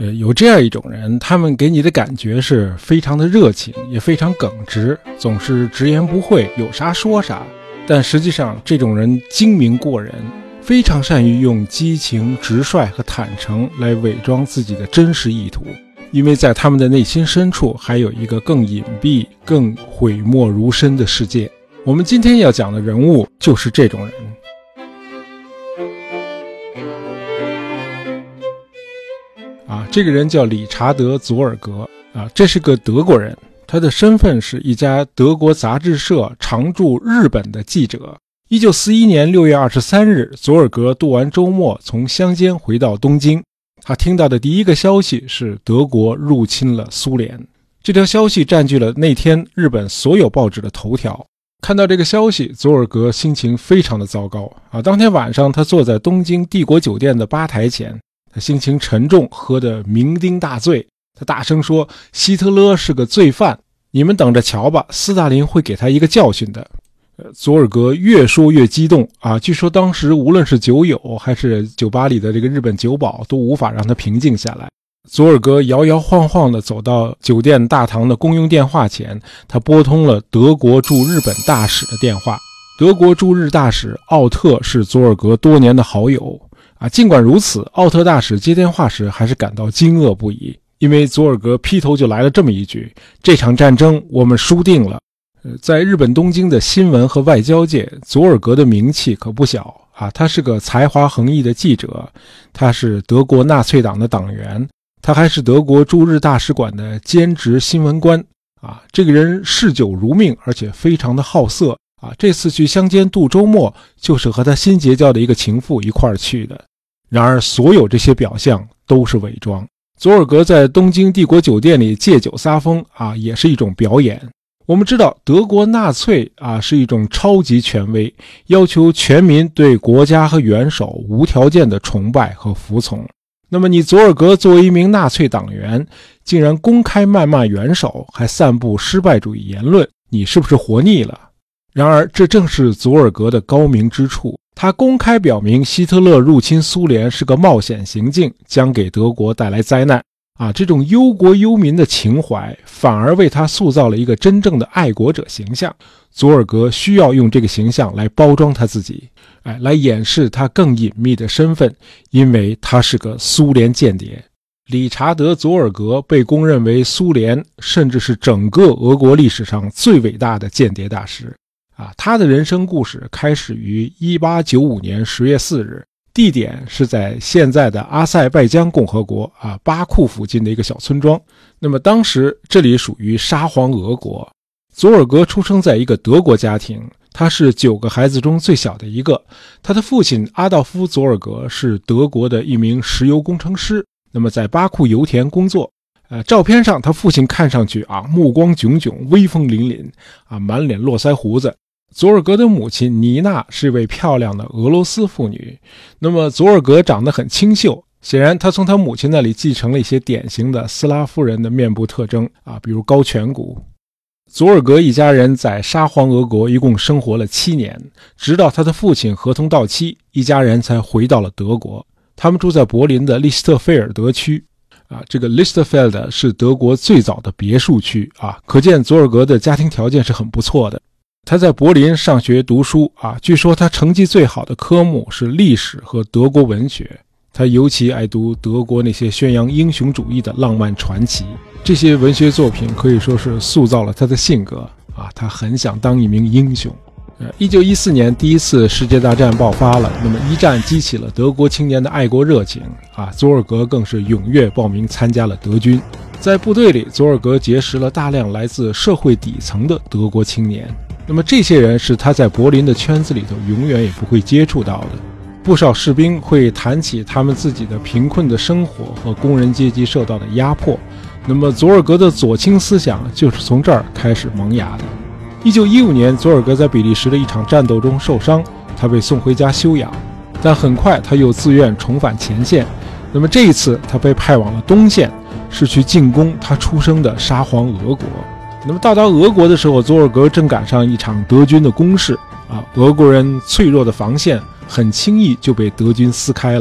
有这样一种人，他们给你的感觉是非常的热情，也非常耿直，总是直言不讳，有啥说啥。但实际上这种人精明过人，非常善于用激情、直率和坦诚来伪装自己的真实意图，因为在他们的内心深处还有一个更隐蔽、更讳莫如深的世界。我们今天要讲的人物就是这种人。这个人叫理查德·佐尔格这是个德国人，他的身份是一家德国杂志社常驻日本的记者。1941年6月23日，佐尔格度完周末从乡间回到东京，他听到的第一个消息是德国入侵了苏联。这条消息占据了那天日本所有报纸的头条。看到这个消息，佐尔格心情非常的糟糕当天晚上他坐在东京帝国酒店的吧台前，他心情沉重，喝得酩酊大醉。他大声说，希特勒是个罪犯，你们等着瞧吧，斯大林会给他一个教训的。佐尔格越说越激动据说当时无论是酒友还是酒吧里的这个日本酒保都无法让他平静下来。佐尔格摇摇晃晃地走到酒店大堂的公用电话前，他拨通了德国驻日本大使的电话。德国驻日大使奥特是佐尔格多年的好友尽管如此，奥特大使接电话时还是感到惊愕不已，因为佐尔格劈头就来了这么一句，这场战争我们输定了。在日本东京的新闻和外交界，佐尔格的名气可不小他是个才华横溢的记者，他是德国纳粹党的党员，他还是德国驻日大使馆的兼职新闻官这个人嗜酒如命，而且非常的好色这次去乡间度周末就是和他新结交的一个情妇一块儿去的。然而所有这些表象都是伪装。佐尔格在东京帝国酒店里借酒撒疯也是一种表演。我们知道德国纳粹是一种超级权威，要求全民对国家和元首无条件的崇拜和服从。那么你佐尔格作为一名纳粹党员，竟然公开谩骂元首，还散布失败主义言论，你是不是活腻了？然而这正是佐尔格的高明之处，他公开表明希特勒入侵苏联是个冒险行径，将给德国带来灾难这种忧国忧民的情怀反而为他塑造了一个真正的爱国者形象。佐尔格需要用这个形象来包装他自己来掩饰他更隐秘的身份，因为他是个苏联间谍。理查德·佐尔格被公认为苏联甚至是整个俄国历史上最伟大的间谍大师他的人生故事开始于1895年10月4日，地点是在现在的阿塞拜疆共和国巴库附近的一个小村庄。那么当时这里属于沙皇俄国。佐尔格出生在一个德国家庭，他是9个孩子中最小的一个。他的父亲阿道夫·佐尔格是德国的一名石油工程师，那么在巴库油田工作。照片上他父亲看上去目光炯炯，威风凛凛满脸络腮胡子。佐尔格的母亲妮娜是一位漂亮的俄罗斯妇女，那么佐尔格长得很清秀，显然他从他母亲那里继承了一些典型的斯拉夫人的面部特征比如高颧骨。佐尔格一家人在沙皇俄国一共生活了7年，直到他的父亲合同到期，一家人才回到了德国。他们住在柏林的利斯特菲尔德区这个 Lichterfelde 是德国最早的别墅区可见佐尔格的家庭条件是很不错的。他在柏林上学读书据说他成绩最好的科目是历史和德国文学。他尤其爱读德国那些宣扬英雄主义的浪漫传奇，这些文学作品可以说是塑造了他的性格他很想当一名英雄。1914年第一次世界大战爆发了，那么一战激起了德国青年的爱国热情佐尔格更是踊跃报名参加了德军。在部队里，佐尔格结识了大量来自社会底层的德国青年，那么这些人是他在柏林的圈子里头永远也不会接触到的。不少士兵会谈起他们自己的贫困的生活和工人阶级受到的压迫，那么佐尔格的左倾思想就是从这儿开始萌芽的。1915年，佐尔格在比利时的一场战斗中受伤，他被送回家休养，但很快他又自愿重返前线。那么这一次他被派往了东线，是去进攻他出生的沙皇俄国。那么到达俄国的时候，佐尔格正赶上一场德军的攻势俄国人脆弱的防线很轻易就被德军撕开了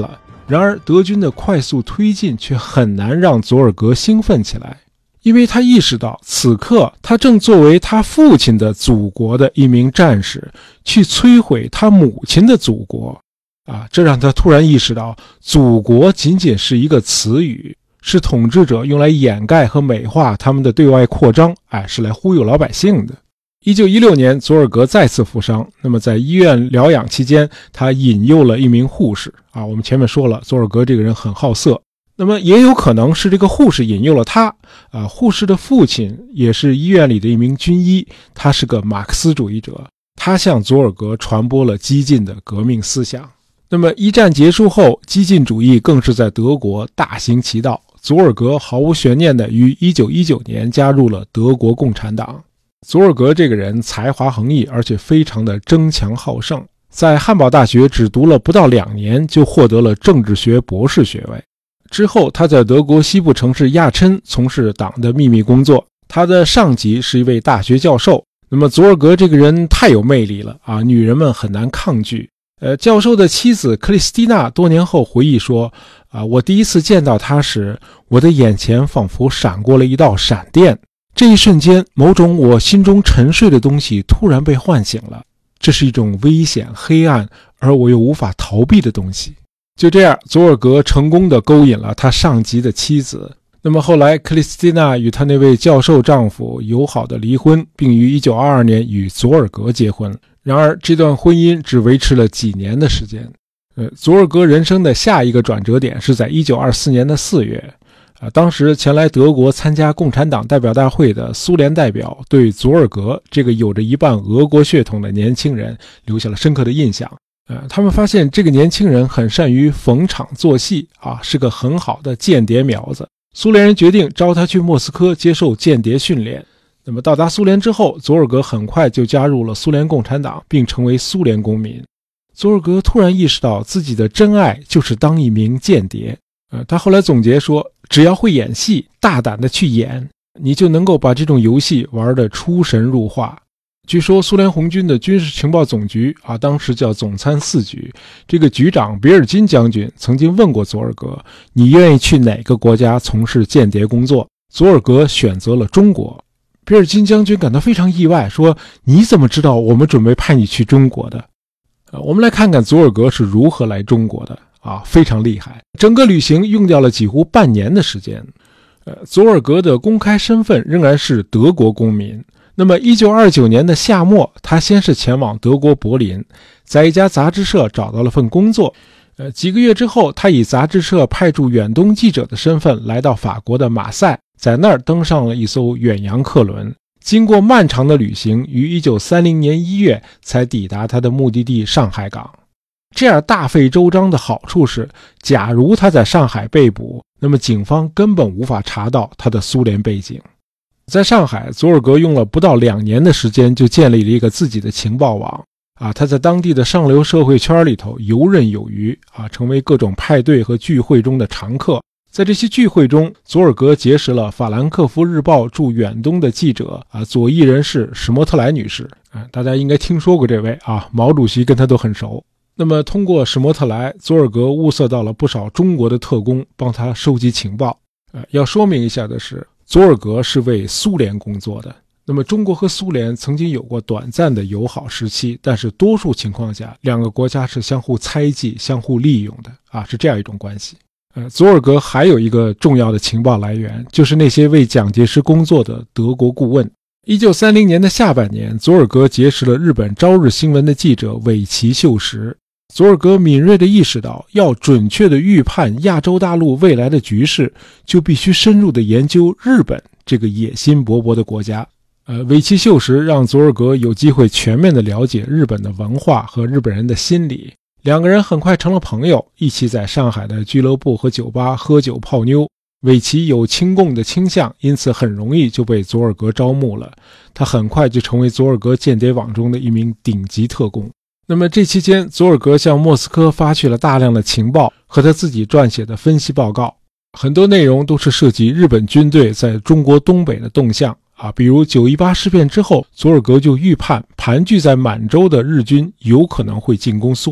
然而德军的快速推进却很难让佐尔格兴奋起来，因为他意识到此刻他正作为他父亲的祖国的一名战士去摧毁他母亲的祖国这让他突然意识到祖国仅仅是一个词语，是统治者用来掩盖和美化他们的对外扩张，是来忽悠老百姓的。1916年佐尔格再次负伤，那么在医院疗养期间，他引诱了一名护士我们前面说了，佐尔格这个人很好色，那么也有可能是这个护士引诱了他护士的父亲也是医院里的一名军医，他是个马克思主义者，他向佐尔格传播了激进的革命思想。那么一战结束后，激进主义更是在德国大行其道，佐尔格毫无悬念地于1919年加入了德国共产党。佐尔格这个人才华横溢，而且非常的争强好胜，在汉堡大学只读了不到2年就获得了政治学博士学位。之后他在德国西部城市亚琛从事党的秘密工作，他的上级是一位大学教授。那么佐尔格这个人太有魅力了女人们很难抗拒。教授的妻子克里斯蒂娜多年后回忆说我第一次见到他时，我的眼前仿佛闪过了一道闪电，这一瞬间某种我心中沉睡的东西突然被唤醒了，这是一种危险黑暗而我又无法逃避的东西。就这样，佐尔格成功地勾引了他上级的妻子。那么后来克里斯蒂娜与她那位教授丈夫友好的离婚，并于1922年与佐尔格结婚。然而这段婚姻只维持了几年的时间。佐尔格人生的下一个转折点是在1924年的4月当时前来德国参加共产党代表大会的苏联代表对佐尔格这个有着一半俄国血统的年轻人留下了深刻的印象。他们发现这个年轻人很善于逢场作戏是个很好的间谍苗子。苏联人决定招他去莫斯科接受间谍训练。那么到达苏联之后，佐尔格很快就加入了苏联共产党，并成为苏联公民。佐尔格突然意识到自己的真爱就是当一名间谍。他后来总结说，只要会演戏，大胆的去演，你就能够把这种游戏玩得出神入化。据说苏联红军的军事情报总局当时叫总参4局，这个局长别尔金将军曾经问过佐尔格，你愿意去哪个国家从事间谍工作？佐尔格选择了中国。别尔金将军感到非常意外，说你怎么知道我们准备派你去中国的？我们来看看佐尔格是如何来中国的非常厉害。整个旅行用掉了几乎半年的时间。佐尔格的公开身份仍然是德国公民。那么1929年的夏末，他先是前往德国柏林，在一家杂志社找到了份工作。几个月之后，他以杂志社派驻远东记者的身份来到法国的马赛，在那儿登上了一艘远洋客轮。经过漫长的旅行，于1930年1月才抵达他的目的地上海港。这样大费周章的好处是，假如他在上海被捕，那么警方根本无法查到他的苏联背景。在上海，佐尔格用了不到2年的时间就建立了一个自己的情报网他在当地的上流社会圈里头游刃有余成为各种派对和聚会中的常客。在这些聚会中，佐尔格结识了法兰克福日报驻远东的记者左翼人士史莫特莱女士大家应该听说过这位毛主席跟他都很熟。那么通过史莫特莱，佐尔格物色到了不少中国的特工帮他收集情报。要说明一下的是，佐尔格是为苏联工作的。那么中国和苏联曾经有过短暂的友好时期，但是多数情况下两个国家是相互猜忌相互利用的是这样一种关系。佐尔格还有一个重要的情报来源，就是那些为蒋介石工作的德国顾问。1930年的下半年，佐尔格结识了日本朝日新闻的记者尾崎秀实。佐尔格敏锐地意识到，要准确地预判亚洲大陆未来的局势，就必须深入地研究日本这个野心勃勃的国家。尾崎秀实让佐尔格有机会全面地了解日本的文化和日本人的心理。两个人很快成了朋友，一起在上海的俱乐部和酒吧喝酒泡妞。尾崎有亲共的倾向，因此很容易就被佐尔格招募了。他很快就成为佐尔格间谍网中的一名顶级特工。那么这期间，佐尔格向莫斯科发去了大量的情报和他自己撰写的分析报告，很多内容都是涉及日本军队在中国东北的动向比如918事变之后，佐尔格就预判盘踞在满洲的日军有可能会进攻苏联，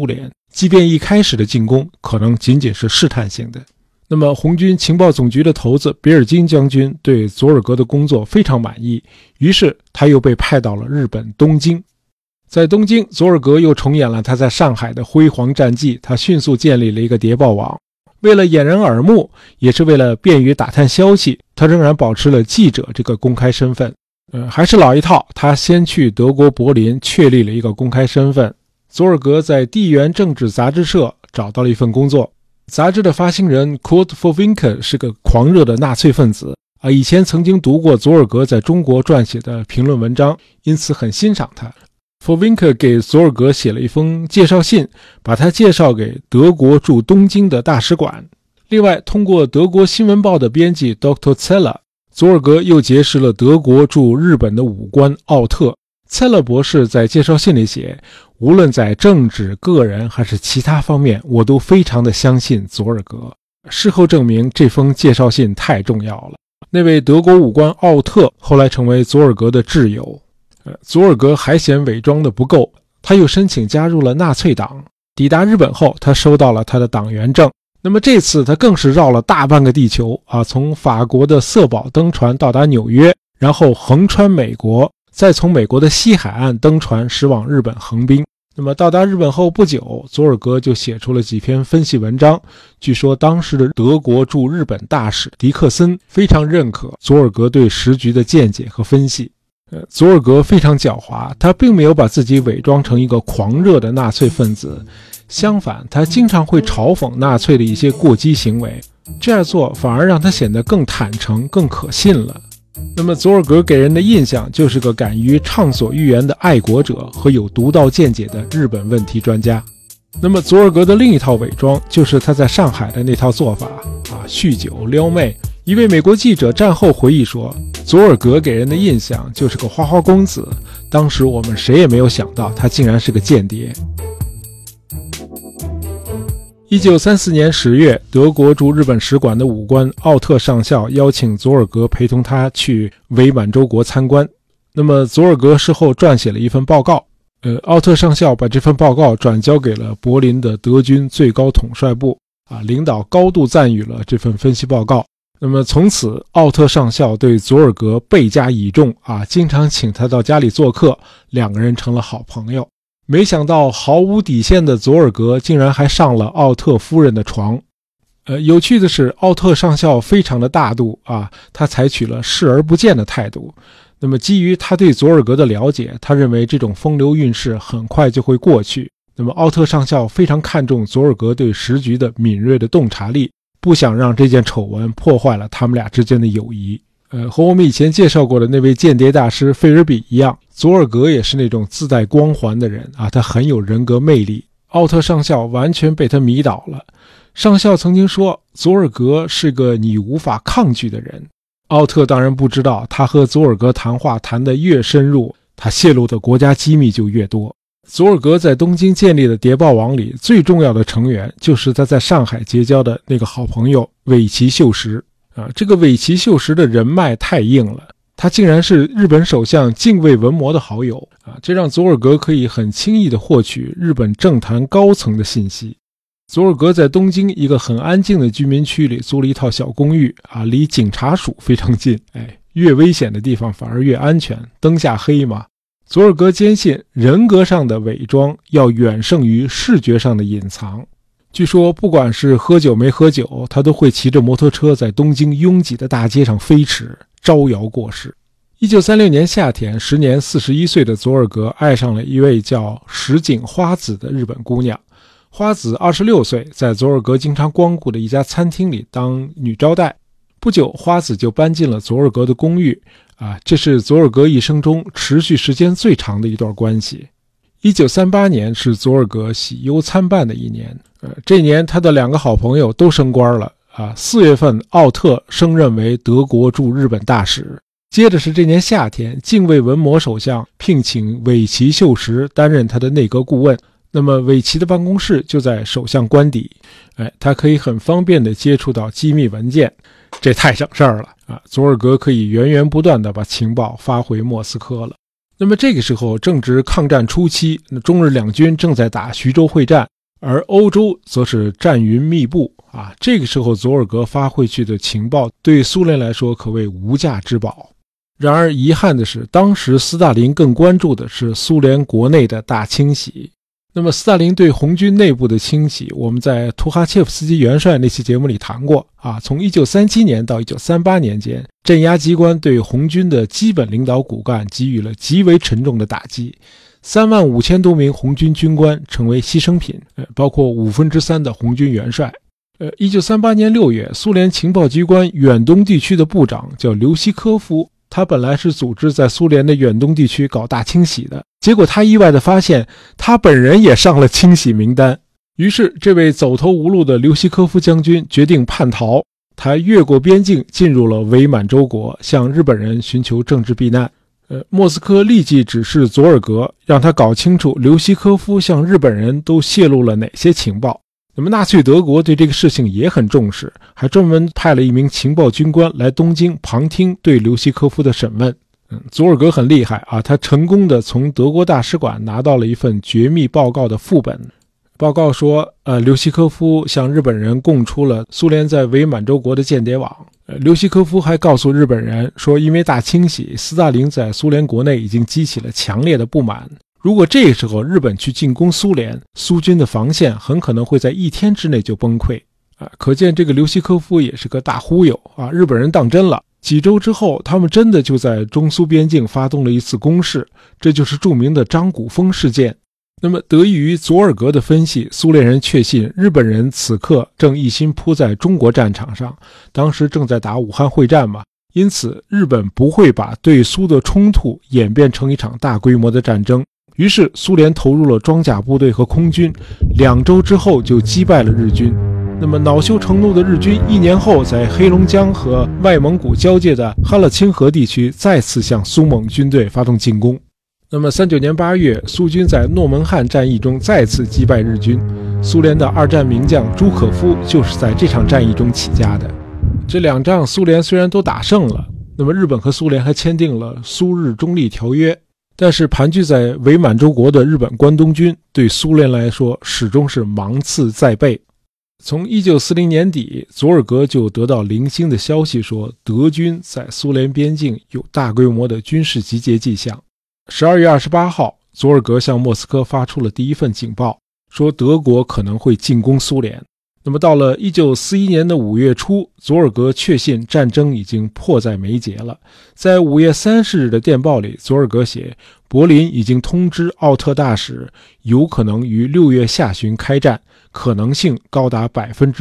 即便一开始的进攻可能仅仅是试探性的。那么红军情报总局的头子比尔金将军对佐尔格的工作非常满意，于是他又被派到了日本东京。在东京，佐尔格又重演了他在上海的辉煌战绩，他迅速建立了一个谍报网。为了掩人耳目，也是为了便于打探消息，他仍然保持了记者这个公开身份。还是老一套，他先去德国柏林确立了一个公开身份。佐尔格在地缘政治杂志社找到了一份工作，杂志的发行人 Kurt Fowinkel 是个狂热的纳粹分子以前曾经读过佐尔格在中国撰写的评论文章，因此很欣赏他。Fowinkel 给佐尔格写了一封介绍信，把他介绍给德国驻东京的大使馆。另外，通过德国新闻报的编辑 Dr. Zeller， 佐尔格又结识了德国驻日本的武官奥特。Zeller 博士在介绍信里写，无论在政治、个人还是其他方面，我都非常的相信佐尔格。事后证明，这封介绍信太重要了。那位德国武官奥特后来成为佐尔格的挚友。佐尔格还嫌伪装的不够，他又申请加入了纳粹党。抵达日本后，他收到了他的党员证。那么这次他更是绕了大半个地球从法国的色堡登船到达纽约，然后横穿美国，再从美国的西海岸登船驶往日本横滨。那么到达日本后不久，佐尔格就写出了几篇分析文章。据说当时的德国驻日本大使迪克森非常认可佐尔格对时局的见解和分析。佐尔格非常狡猾，他并没有把自己伪装成一个狂热的纳粹分子，相反，他经常会嘲讽纳粹的一些过激行为，这样做反而让他显得更坦诚、更可信了。那么佐尔格给人的印象就是个敢于畅所欲言的爱国者和有独到见解的日本问题专家。那么佐尔格的另一套伪装就是他在上海的那套做法酗酒撩妹。一位美国记者战后回忆说，佐尔格给人的印象就是个花花公子，当时我们谁也没有想到他竟然是个间谍。1934年10月，德国驻日本使馆的武官奥特上校邀请佐尔格陪同他去伪满洲国参观。那么佐尔格事后撰写了一份报告，奥特上校把这份报告转交给了柏林的德军最高统帅部领导高度赞誉了这份分析报告。那么从此，奥特上校对佐尔格倍加倚重经常请他到家里做客，两个人成了好朋友。没想到毫无底线的佐尔格竟然还上了奥特夫人的床。有趣的是，奥特上校非常的大度他采取了视而不见的态度。那么基于他对佐尔格的了解，他认为这种风流韵事很快就会过去。那么奥特上校非常看重佐尔格对时局的敏锐的洞察力，不想让这件丑闻破坏了他们俩之间的友谊。和我们以前介绍过的那位间谍大师费尔比一样，佐尔格也是那种自带光环的人他很有人格魅力。奥特上校完全被他迷倒了。上校曾经说，佐尔格是个你无法抗拒的人。奥特当然不知道，他和佐尔格谈话谈得越深入，他泄露的国家机密就越多。佐尔格在东京建立的谍报网里最重要的成员，就是他在上海结交的那个好朋友尾崎秀实这个尾崎秀实的人脉太硬了，他竟然是日本首相近卫文麿的好友这让佐尔格可以很轻易地获取日本政坛高层的信息。佐尔格在东京一个很安静的居民区里租了一套小公寓离警察署非常近，越危险的地方反而越安全，灯下黑嘛。佐尔格坚信人格上的伪装要远胜于视觉上的隐藏。据说不管是喝酒没喝酒，他都会骑着摩托车在东京拥挤的大街上飞驰，招摇过市。1936年夏天，时年41岁的佐尔格爱上了一位叫石井花子的日本姑娘。花子26岁，在佐尔格经常光顾的一家餐厅里当女招待。不久，花子就搬进了佐尔格的公寓这是佐尔格一生中持续时间最长的一段关系。1938年是佐尔格喜忧参半的一年，这年他的两个好朋友都升官了4月份，奥特升任为德国驻日本大使。接着是这年夏天，近卫文麿首相聘请尾崎秀实担任他的内阁顾问。那么尾崎的办公室就在首相官邸，他可以很方便地接触到机密文件，这太省事儿了佐尔格可以源源不断地把情报发回莫斯科了。那么这个时候正值抗战初期，中日两军正在打徐州会战， 而欧洲则是战云密布啊。这个时候佐尔格发回去的情报对苏联来说可谓无价之宝。然而遗憾的是，当时斯大林更关注的是苏联国内的大清洗。那么斯大林对红军内部的清洗，我们在图哈切夫斯基元帅那期节目里谈过啊。从1937年到1938年间，镇压机关对红军的基本领导骨干给予了极为沉重的打击，35000多名红军军官成为牺牲品，包括3/5的红军元帅。1938年6月，苏联情报机关远东地区的部长叫刘希科夫，他本来是组织在苏联的远东地区搞大清洗的，结果他意外地发现他本人也上了清洗名单。于是这位走投无路的刘希科夫将军决定叛逃，他越过边境进入了伪满洲国，向日本人寻求政治避难。莫斯科立即指示佐尔格，让他搞清楚刘希科夫向日本人都泄露了哪些情报。那么纳粹德国对这个事情也很重视，还专门派了一名情报军官来东京旁听对刘希科夫的审问。佐尔格很厉害啊，他成功的从德国大使馆拿到了一份绝密报告的副本。报告说，刘希科夫向日本人供出了苏联在伪满洲国的间谍网。刘希科夫还告诉日本人说，因为大清洗，斯大林在苏联国内已经激起了强烈的不满。如果这个时候日本去进攻苏联，苏军的防线很可能会在1天之内就崩溃。可见这个刘希科夫也是个大忽悠啊！日本人当真了。几周之后，他们真的就在中苏边境发动了一次攻势，这就是著名的张古峰事件。那么得益于佐尔格的分析，苏联人确信日本人此刻正一心扑在中国战场上，当时正在打武汉会战嘛，因此日本不会把对苏的冲突演变成一场大规模的战争。于是苏联投入了装甲部队和空军，2周之后就击败了日军。那么恼羞成怒的日军1年后，在黑龙江和外蒙古交界的哈勒清河地区再次向苏蒙军队发动进攻。那么39年8月，苏军在诺门汉战役中再次击败日军，苏联的2战名将朱可夫就是在这场战役中起家的。这2仗苏联虽然都打胜了，那么日本和苏联还签订了苏日中立条约，但是盘踞在伪满洲国的日本关东军对苏联来说始终是芒刺在背。从1940年底，佐尔格就得到零星的消息说，德军在苏联边境有大规模的军事集结迹象。12月28号，佐尔格向莫斯科发出了第一份警报，说德国可能会进攻苏联。那么到了1941年的5月初，佐尔格确信战争已经迫在眉睫了。在5月30日的电报里，佐尔格写，柏林已经通知奥特大使，有可能于6月下旬开战，可能性高达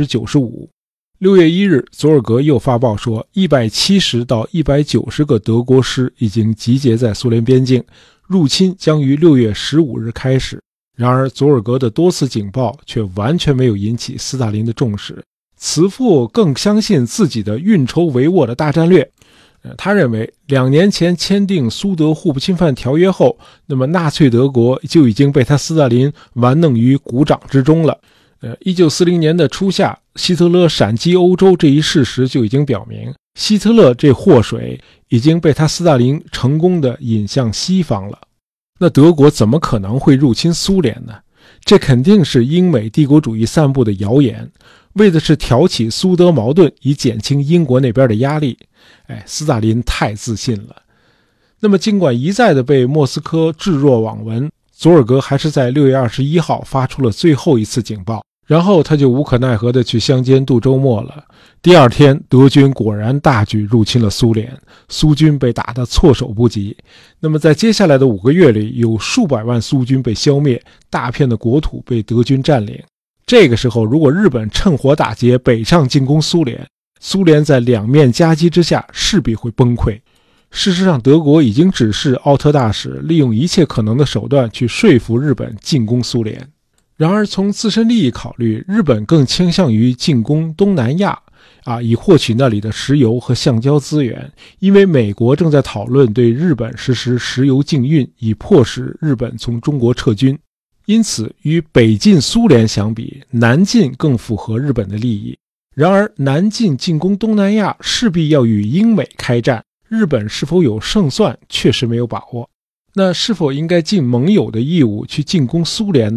95%。6月1日，佐尔格又发报说，170到190个德国师已经集结在苏联边境，入侵将于6月15日开始。然而佐尔格的多次警报却完全没有引起斯大林的重视，此父更相信自己的运筹帷幄的大战略。他认为2年前签订苏德互不侵犯条约后，那么纳粹德国就已经被他斯大林玩弄于股掌之中了。1940年的初夏，希特勒闪击欧洲这一事实就已经表明，希特勒这祸水已经被他斯大林成功地引向西方了。那德国怎么可能会入侵苏联呢？这肯定是英美帝国主义散布的谣言，为的是挑起苏德矛盾，以减轻英国那边的压力。斯大林太自信了。那么尽管一再的被莫斯科置若罔闻，佐尔格还是在6月21号发出了最后一次警报，然后他就无可奈何地去乡间度周末了。第2天，德军果然大举入侵了苏联，苏军被打得措手不及。那么在接下来的5个月里，有数百万苏军被消灭，大片的国土被德军占领。这个时候，如果日本趁火打劫，北上进攻苏联，苏联在两面夹击之下势必会崩溃。事实上，德国已经指示奥特大使利用一切可能的手段去说服日本进攻苏联。然而从自身利益考虑，日本更倾向于进攻东南亚以获取那里的石油和橡胶资源，因为美国正在讨论对日本实施石油禁运，以迫使日本从中国撤军。因此与北进苏联相比，南进更符合日本的利益。然而南进进攻东南亚势必要与英美开战，日本是否有胜算确实没有把握。那是否应该尽盟友的义务去进攻苏联呢？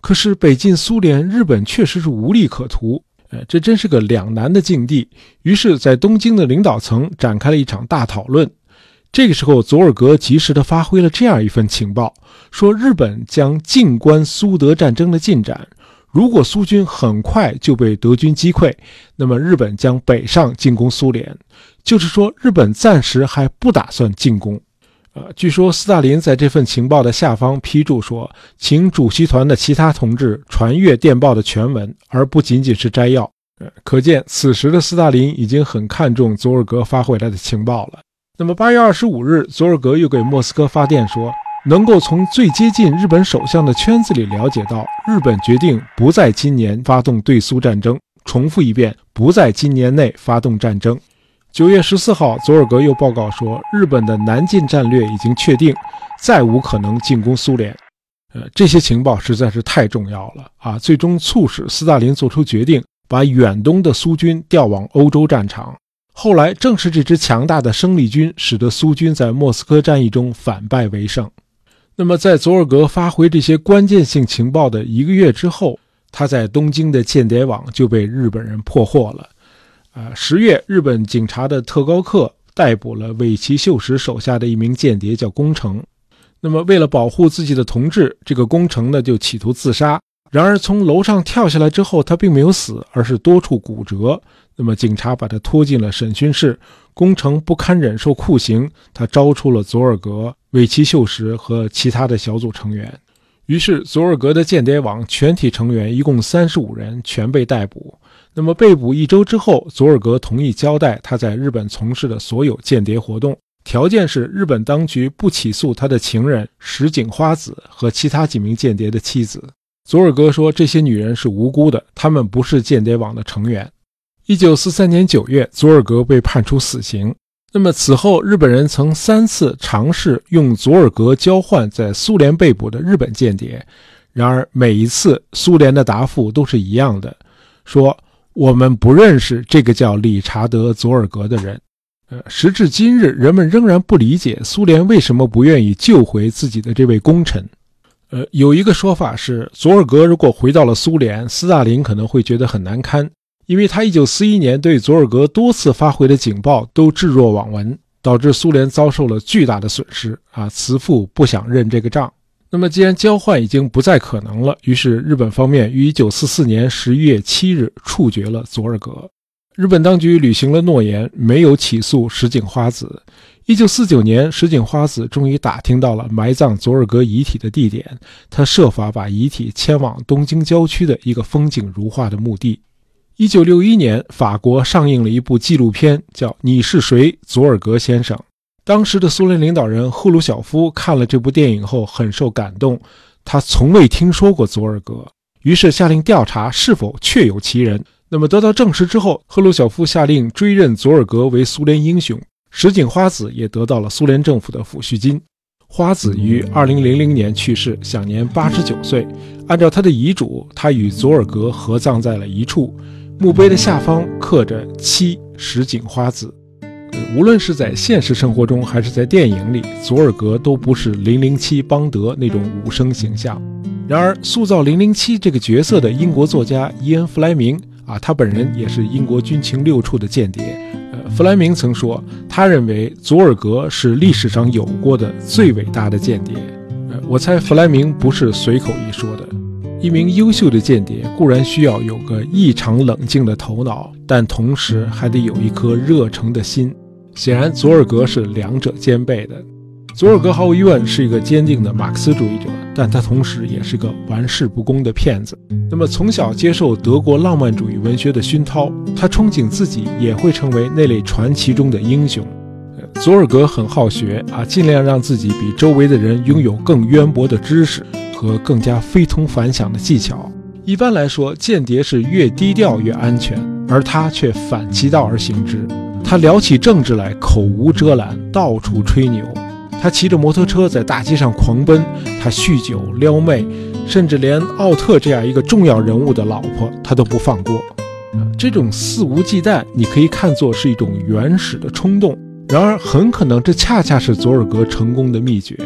可是北进苏联，日本确实是无利可图，这真是个两难的境地。于是在东京的领导层展开了一场大讨论。这个时候佐尔格及时地发挥了这样一份情报，说日本将静观苏德战争的进展，如果苏军很快就被德军击溃，那么日本将北上进攻苏联，就是说日本暂时还不打算进攻。据说斯大林在这份情报的下方批注说，请主席团的其他同志传阅电报的全文，而不仅仅是摘要。可见此时的斯大林已经很看重佐尔格发回来的情报了。那么8月25日，佐尔格又给莫斯科发电说，能够从最接近日本首相的圈子里了解到，日本决定不在今年发动对苏战争，重复一遍，不在今年内发动战争。9月14号，佐尔格又报告说，日本的南进战略已经确定，再无可能进攻苏联。这些情报实在是太重要了最终促使斯大林做出决定，把远东的苏军调往欧洲战场。后来正是这支强大的生力军，使得苏军在莫斯科战役中反败为胜。那么在佐尔格发回这些关键性情报的1个月之后，他在东京的间谍网就被日本人破获了。10月，日本警察的特高课逮捕了尾崎秀实手下的一名间谍，叫宫城。那么为了保护自己的同志，这个宫城呢就企图自杀。然而从楼上跳下来之后，他并没有死，而是多处骨折。那么警察把他拖进了审讯室，宫城不堪忍受酷刑，他招出了佐尔格、尾崎秀实和其他的小组成员。于是佐尔格的间谍网全体成员一共35人全被逮捕。那么被捕1周之后，佐尔格同意交代他在日本从事的所有间谍活动，条件是日本当局不起诉他的情人石井花子和其他几名间谍的妻子。佐尔格说，这些女人是无辜的，她们不是间谍网的成员。1943年9月，佐尔格被判处死刑。那么此后，日本人曾3次尝试用佐尔格交换在苏联被捕的日本间谍，然而每一次苏联的答复都是一样的，说我们不认识这个叫理查德·佐尔格的人。时至今日，人们仍然不理解苏联为什么不愿意救回自己的这位功臣。有一个说法是，佐尔格如果回到了苏联，斯大林可能会觉得很难堪，因为他1941年对佐尔格多次发回的警报都置若罔闻，导致苏联遭受了巨大的损失慈父不想认这个账。那么既然交换已经不再可能了，于是日本方面于1944年11月7日处决了佐尔格。日本当局履行了诺言，没有起诉石井花子。1949年，石井花子终于打听到了埋葬佐尔格遗体的地点，他设法把遗体迁往东京郊区的一个风景如画的墓地。1961年，法国上映了一部纪录片，叫《你是谁，佐尔格先生》。当时的苏联领导人赫鲁晓夫看了这部电影后很受感动，他从未听说过佐尔格，于是下令调查是否确有其人。那么得到证实之后，赫鲁晓夫下令追认佐尔格为苏联英雄，石井花子也得到了苏联政府的抚恤金。花子于2000年去世，享年89岁。按照他的遗嘱，他与佐尔格合葬在了一处，墓碑的下方刻着妻石井花子。无论是在现实生活中还是在电影里，佐尔格都不是007邦德那种武生形象。然而塑造007这个角色的英国作家伊恩·弗莱明他本人也是英国军情6处的间谍。弗莱明曾说，他认为佐尔格是历史上有过的最伟大的间谍。我猜弗莱明不是随口一说的。一名优秀的间谍固然需要有个异常冷静的头脑，但同时还得有一颗热诚的心。显然佐尔格是两者兼备的。佐尔格毫无疑问是一个坚定的马克思主义者，但他同时也是个玩世不恭的骗子。那么从小接受德国浪漫主义文学的熏陶，他憧憬自己也会成为那类传奇中的英雄。佐尔格很好学尽量让自己比周围的人拥有更渊博的知识和更加非同凡响的技巧。一般来说，间谍是越低调越安全，而他却反其道而行之。他聊起政治来口无遮拦，到处吹牛。他骑着摩托车在大街上狂奔，他酗酒撩妹，甚至连奥特这样一个重要人物的老婆他都不放过。这种肆无忌惮你可以看作是一种原始的冲动，然而很可能这恰恰是佐尔格成功的秘诀。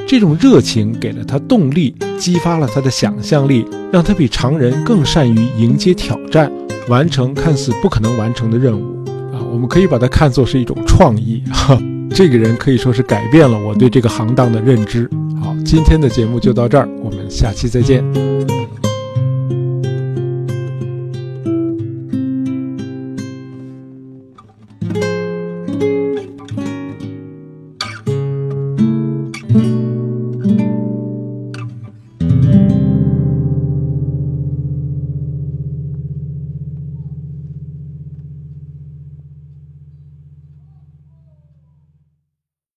这种热情给了他动力，激发了他的想象力，让他比常人更善于迎接挑战，完成看似不可能完成的任务我们可以把它看作是一种创意这个人可以说是改变了我对这个行当的认知。好，今天的节目就到这儿，我们下期再见。